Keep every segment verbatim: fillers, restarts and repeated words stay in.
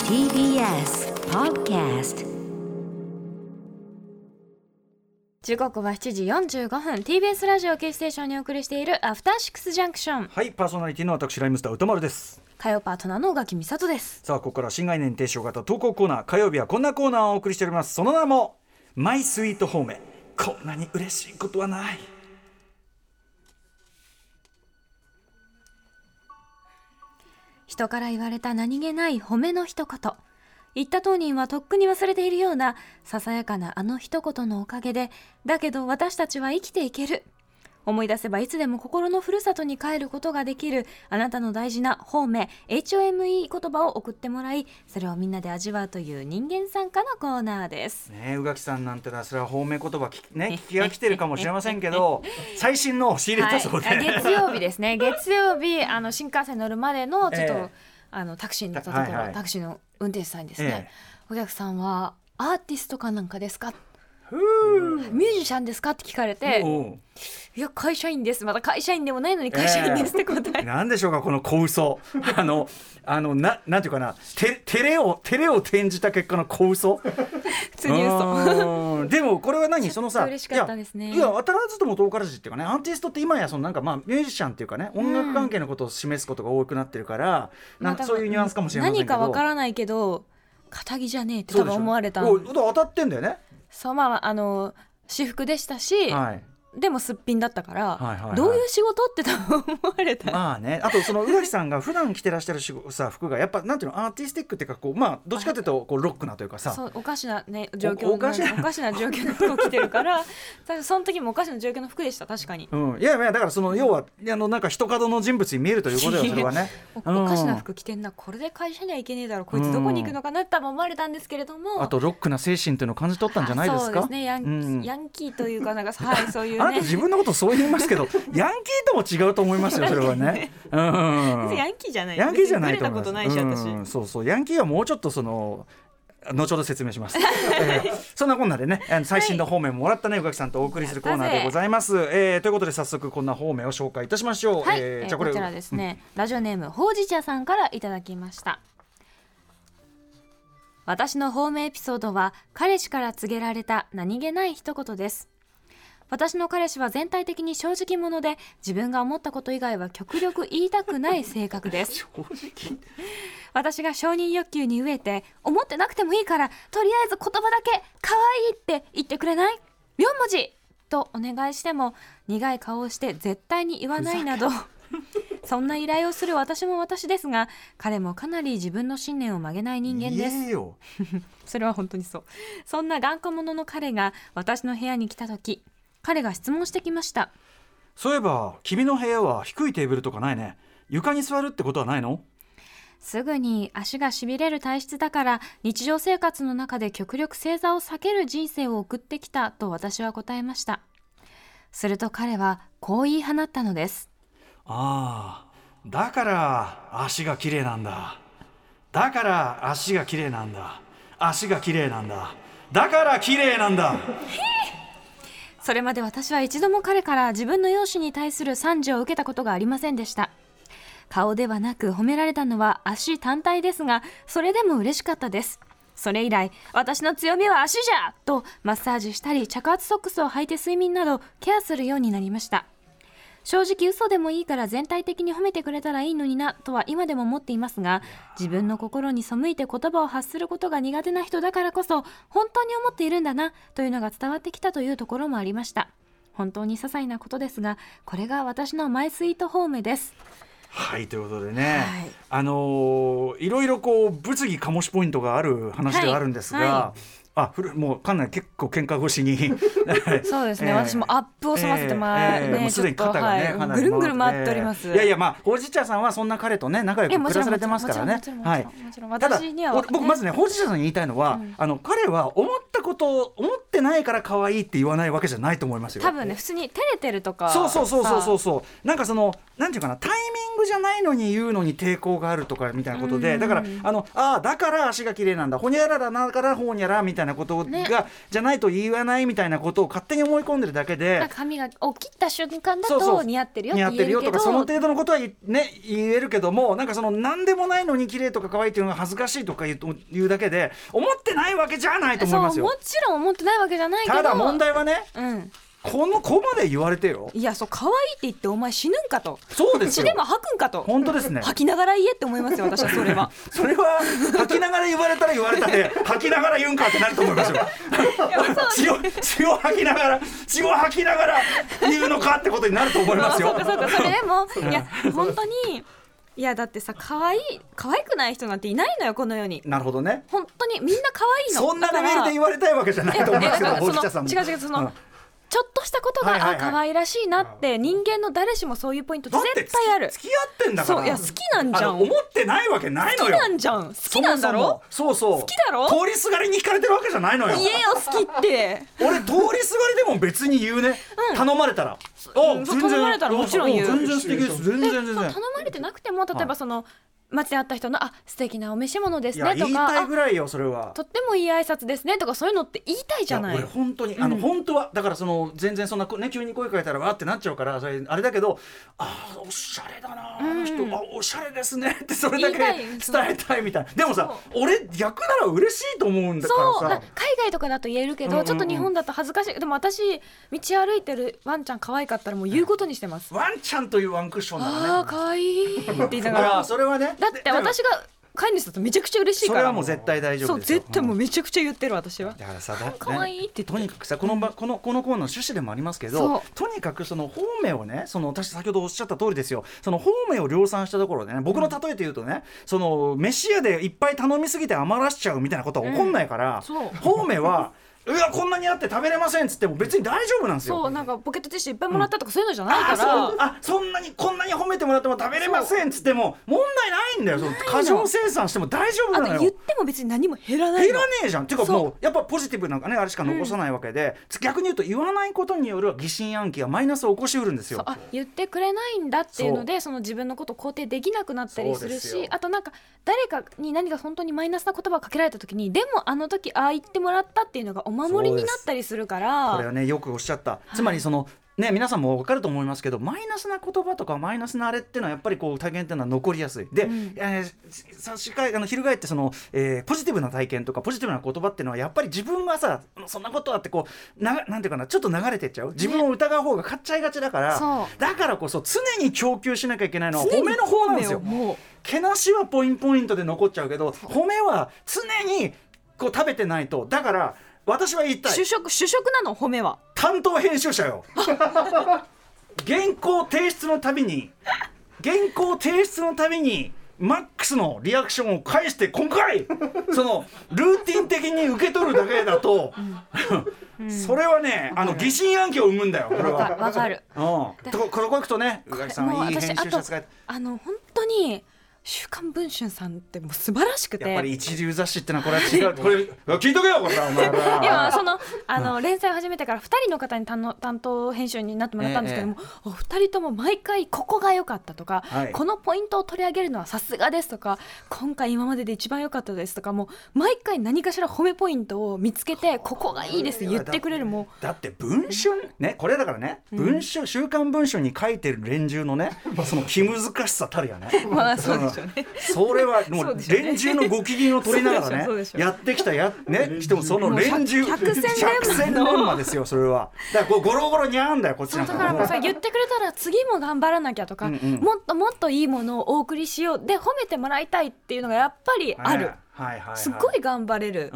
ティービーエス Podcast。時刻はしちじよんじゅうごふん、 ティービーエス ラジオキーステーションにお送りしているアフターシックスジャンクション。 はい、パーソナリティの私ライムスター歌丸です。 火曜パートナーの宇垣美里です。 さあ、ここから新概念提唱型投稿コーナー、火曜日はこんなコーナーをお送りしております。その名もマイスイートホーム。こんなに嬉しいことはない。 人から言われた何気ない褒めの一言、言った当人はとっくに忘れているようなささやかなあの一言のおかげで、だけど私たちは生きていける。思い出せばいつでも心のふるさとに帰ることができる、あなたの大事な褒め エイチオーエムイー 言葉を送ってもらい、それをみんなで味わうという人間参加のコーナーです。 ねえ、宇垣さんなんてのはそれは褒め言葉き、ね、聞きが来てるかもしれませんけど最新のを仕入れたそうで、 はい、月曜日ですね月曜日あの新幹線乗るまでのちょっと、えー、あのタクシーに乗ったところ、はいはい、タクシーの運転手さんにですね、えー、お客さんはアーティストかなんかですか、ミュージシャンですかって聞かれて、いや会社員です。まだ会社員でもないのに会社員ですって答え、 えー、なんでしょうかこの小嘘あのあの な, なんていうかなて照れを照れを転じた結果の小嘘普通に嘘でもこれは何そのさ、 嬉しかったですね。 いや当たらずとも遠からずっていうかね、アーティストって今やそのなんかまあミュージシャンっていうかね、音楽関係のことを示すことが多くなってるから、うん、なんかそういうニュアンスかもしれませんけど、 何かわからないけど堅気じゃねえって多分思われた。 当たってんだよね。 そう、まああの私服でしたし、はい、でもすっぴんだったから、はいはいはい、どういう仕事って多分思われた。 まあね、あとその宇垣さんが普段着てらっしゃるさ服がやっぱなんていうのアーティスティックっていうかこう、まあどっちかというとこうロックなというかさ、 そうおかしなね状況のおかしなおかしな状況の服を着てるからその時もおかしな状況の服でした確かに、 うん、いやいやだからその要はあのなんか人角の人物に見えるということよそれはねお, おかしな服着てんな、これで会社には行けねえだろ、こいつどこに行くのかなって多分思われたんですけれども、 あとロックな精神というのを感じ取ったんじゃないですか。 そうですね、ヤン、うん、ヤンキーというかなんかはいそういうねあなた自分のことそう言いますけどヤンキーとも違うと思いますよそれはね、うん、 ヤンキーじゃない、 ヤンキーじゃないと思います。 ブレたことないし、私、 うん、そうそうヤンキーはもうちょっとその後ほど説明します、えー、そんなこんなでね最新の方面もらったね宇垣さんとお送りするコーナーでございます、えー、ということで早速こんな方面を紹介いたしましょう、 はい、 えー、 じゃあこれこちらですね、うん、ラジオネームほうじ茶さんからいただきました。私の方面エピソードは彼氏から告げられた何気ない一言です。私の彼氏は全体的に正直者で、自分が思ったこと以外は極力言いたくない性格です。 正直私が承認欲求に飢えて、思ってなくてもいいからとりあえず言葉だけ可愛いって言ってくれない？よん文字とお願いしても苦い顔をして絶対に言わないなどそんな依頼をする私も私ですが、彼もかなり自分の信念を曲げない人間です。 いいよそれは本当にそう。そんな頑固者の彼が私の部屋に来た時、彼が質問してきました。 そういえば君の部屋は低いテーブルとかないね。床に座るってことはないの？ すぐに足がしびれる体質だから日常生活の中で極力正座を避ける人生を送ってきたと私は答えました。すると彼はこう言い放ったのです。 ああ、だから足が綺麗なんだ。だから足が綺麗なんだ。足が綺麗なんだ。だから綺麗なんだそれまで私は一度も彼から自分の容姿に対する賛辞を受けたことがありませんでした。顔ではなく褒められたのは足単体ですが、それでも嬉しかったです。それ以来、私の強みは足じゃとマッサージしたり着圧ソックスを履いて睡眠などケアするようになりました。正直嘘でもいいから全体的に褒めてくれたらいいのになとは今でも思っていますが、自分の心に背いて言葉を発することが苦手な人だからこそ本当に思っているんだなというのが伝わってきたというところもありました。本当に些細なことですが、これが私のマイスイートホームです。 はい、ということでね、はい、あのー、いろいろこう物議醸しポイントがある話ではあるんですが、はいはい、あもうかなり結構喧嘩越しにそうですね、えー、私もアップを済ませて前、えーえー、 ね、もうすでに肩がね、はい、かなりぐるんぐる回っております、 えー、いやいや、まあほうじ茶さんはそんな彼とね仲良く暮らされてますからね。ただ僕まずねほうじ茶さんに言いたいのは、うん、あの彼は思ったことを思ってないから可愛いって言わないわけじゃないと思いますよ。 多分ね普通に照れてるとか、 そうそうそうそうそうそうなんかそのなんていうかな、タイミングじゃないのに言うのに抵抗があるとかみたいなことで、だからあのあだから足が綺麗なんだ、ほにゃららだからほにゃらみたいなたいなことが、ね、じゃないと言わないみたいなことを勝手に思い込んでるだけで、 髪が起きた瞬間だと似合ってるよって言えるけど、似合ってるよとかその程度のことは、ね、言えるけども、なんかその何でもないのに綺麗とか可愛いっていうのが恥ずかしいとか言う、言うだけで思ってないわけじゃないと思いますよ。 そうもちろん思ってないわけじゃないけど、 ただ問題はね、 うん、 この子まで言われてよ、 いやそう可愛いって言ってお前死ぬんかと、 そうですよ、 血でも吐くんかと、 本当ですね、 吐きながら言えって思いますよ私は。それはそれは吐きながら言われたら言われたで吐きながら言うんかってなると思いますよ血を血を吐きながら血を吐きながら言うのかってことになると思いますよそうかそうか、それでもいや本当にいやだってさ、可愛い可愛くない人なんていないのよこの世に。 なるほどね、 本当にみんな可愛いの。 そんなレベルで言われたいわけじゃないと思いますけど、大北さんも違う違う、その、うん、ちょっとしたことが、はいはいはい、あ可愛らしいなって人間の誰しもそういうポイント絶対ある。 付き合ってんだから。 そういや好きなんじゃん。 思ってないわけないのよ。 好きなんじゃん。好きなんだろ。 そうそう好きだろ。 通りすがりに惹かれてるわけじゃないのよ。 言えよ好きって俺通りすがりでも別に言うね、うん、頼まれたら、 うん、頼まれたらもちろん言う。 全然素敵です。全然全然頼まれてなくても例えばその、はい、街で会った人のあ素敵なお召し物ですねとか、 言いたいぐらいよそれは。 とってもいい挨拶ですねとかそういうのって言いたいじゃない。 いや俺本当に、うん、あの本当はだからその全然そんなね急に声かけたらわーってなっちゃうからそれあれだけど、あおしゃれだなあの人、うん、あおしゃれですねってそれだけ伝えたいみたいな。でもさ俺逆なら嬉しいと思うんだからさ。そう海外とかだと言えるけど、うんうんうん、ちょっと日本だと恥ずかしい。でも私道歩いてるワンちゃん可愛かったらもう言うことにしてます、 うん、ワンちゃんというワンクッションだからね。 あー可愛いって言いながらそれはね、 だって私が飼い主だとめちゃくちゃ嬉しいから。 それはもう絶対大丈夫ですよ。 そう絶対もうめちゃくちゃ言ってる私は。 だからさだ可愛いって言ってとにかくさこの、うん、このこのコーナーの趣旨でもありますけど、とにかくその方面をね、その私先ほどおっしゃった通りですよ。その方面を量産したところでね、僕の例えて言うとね、うん、その飯屋でいっぱい頼みすぎて余らしちゃうみたいなことは起こんないから、うん、方面はうわこんなにあって食べれませんっつっても別に大丈夫なんですよ。 そうなんかポケットティッシュいっぱいもらったとかそういうのじゃないから、 うん、あ, あそんなにこんなに褒めてもらっても食べれませんっつっても問題ないんだよ。その過剰生産しても大丈夫なのよ。 あと言っても別に何も減らないの。 減らねえじゃんっていうかもうやっぱポジティブなんかねあれしか残さないわけで、うん、逆に言うと言わないことによる疑心暗鬼がマイナスを起こしうるんですよ。 あ言ってくれないんだっていうので そ, その自分のことを肯定できなくなったりするし、あとなんか誰かに何か本当にマイナスな言葉をかけられた時にでもあの時ああ言ってもらったっていうのがお守りになったりするから。 これはねよくおっしゃった。つまりその、はいね、皆さんも分かると思いますけどマイナスな言葉とかマイナスなあれっていうのはやっぱりこう体験っていうのは残りやすいで、うんえー、差し替えあの翻ってその、えー、ポジティブな体験とかポジティブな言葉っていうのはやっぱり自分がさそんなことあってこうななんていうかなちょっと流れてっちゃう自分を疑う方が勝っちゃいがちだから、ね、だからこそ常に供給しなきゃいけないのは褒めの方なんですよ。けなしはポインポイントで残っちゃうけど褒めは常にこう食べてないと。だから私は言いたい。 主食主食なの褒めは。 担当編集者よ原稿提出のたびに原稿提出のたびにマックスのリアクションを返して今回そのルーティン的に受け取るだけだと、うん、それはねあの疑心暗鬼を生むんだよ。これはわかる。 うん。ここ行くとね宇垣さんいい編集者使えてあの本当に週刊文春さんってもう素晴らしくてやっぱり一流雑誌ってのはこれは違うこれ聞いとけよこれお前らいやそのあの連載を始めてからふたりの方に担当編集になってもらったんですけども、ええ、お二人とも毎回ここが良かったとか、はい、このポイントを取り上げるのはさすがですとか今回今までで一番良かったですとかもう毎回何かしら褒めポイントを見つけてここがいいです言ってくれる。もうだって文春ねこれだからね、うん、文春週刊文春に書いてる連中のねその気難しさたるやねまあそうでしょうねそれはもう連中のご機嫌を取りながらねやってきたやねしてもその連中百戦錬磨ですよそれは。だからゴロゴロにゃーんだよこっちなんか。 だからもうさ言ってくれたら次も頑張らなきゃとか、うんうん、もっともっといいものをお送りしようで褒めてもらいたいっていうのがやっぱりある。はいはいはい、すごい頑張れる、うん、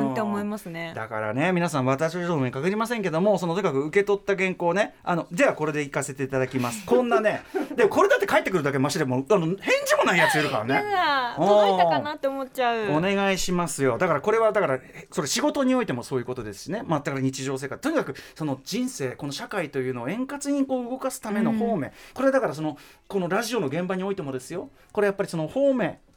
って思いますね。 だからね皆さん私の情報に限りませんけどもそのとにかく受け取った原稿ねあのじゃあこれで行かせていただきますこんなねでこれだって帰ってくるだけマシでもあの返事もないやついるからね届いたかなって思っちゃう。 お願いしますよ。だからこれはだからそれ仕事においてもそういうことですしね、まあ、だから日常生活とにかくその人生この社会というのを円滑にこう動かすための方面、うん、これだからそのこのラジオの現場においてもですよこれやっぱりその方面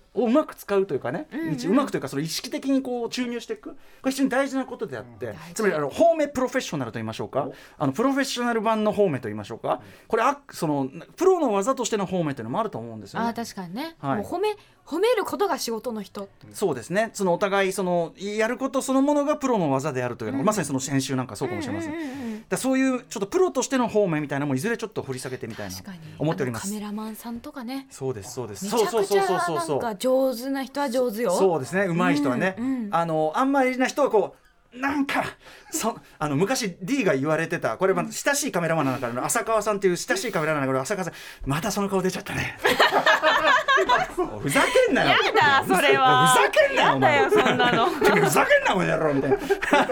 をうまく使うというかね、 うんうん、 うまくというかその意識的にこう注入していく、これ非常に大事なことであって、うん、つまりあの褒めプロフェッショナルと言いましょうか、あのプロフェッショナル版の褒めと言いましょうか、うん、これあそのプロの技としての褒めというのもあると思うんですよね。 あ確かにね、 はい、 もう褒め褒めることが仕事の人、 そうですね、そのお互いそのやることそのものがプロの技であるというのが、うん、まさにその編集なんかそうかもしれません、うんうんうん、だそういうちょっとプロとしての褒めみたいなのもいずれちょっと掘り下げてみたいな思っております。 カメラマンさんとかね、 そうですそうです、 めちゃくちゃなんか上手な人は上手よ。 そうですね、上手い人はね、うんうん、あのあんまりな人はこうなんかそあの昔 D が言われてた、これは親しいカメラマンなんだから浅川さんっていう親しいカメラマンなんだから、浅川さんまたその顔出ちゃったねふざけんなよ、 やだそれはふざけんなよ、 やだよそんなのふざけんなお前やろみたいな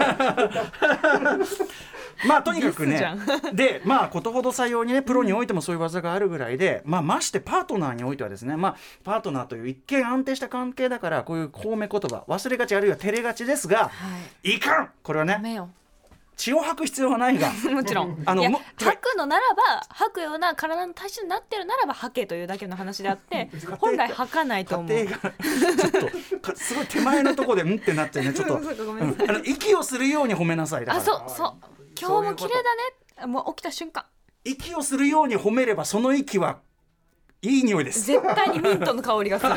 まあとにかくねでまあことほどさようにねプロにおいてもそういう技があるぐらいで、まあましてパートナーにおいてはですね、まあパートナーという一見安定した関係だからこういう褒め言葉忘れがちあるいは照れがちですが、はい、いかん、これはね血を吐く必要はないがもちろんあの吐くのならば吐くような体の体質になってるならば吐けというだけの話であって本来吐かないと思う。 家庭がちょっとすごい手前のところでんってなっちゃうねちょっとごめんなさい、うん、あの息をするように褒めなさい。だからあそうそう今日も綺麗だね、もう起きた瞬間息をするように褒めればその息はいい匂いです。 絶対にミントの香りがする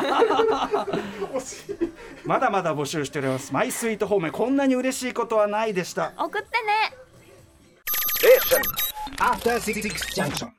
まだまだ募集しております。マイスイート褒め、こんなに嬉しいことはないでした。 送ってね。 After シックス junction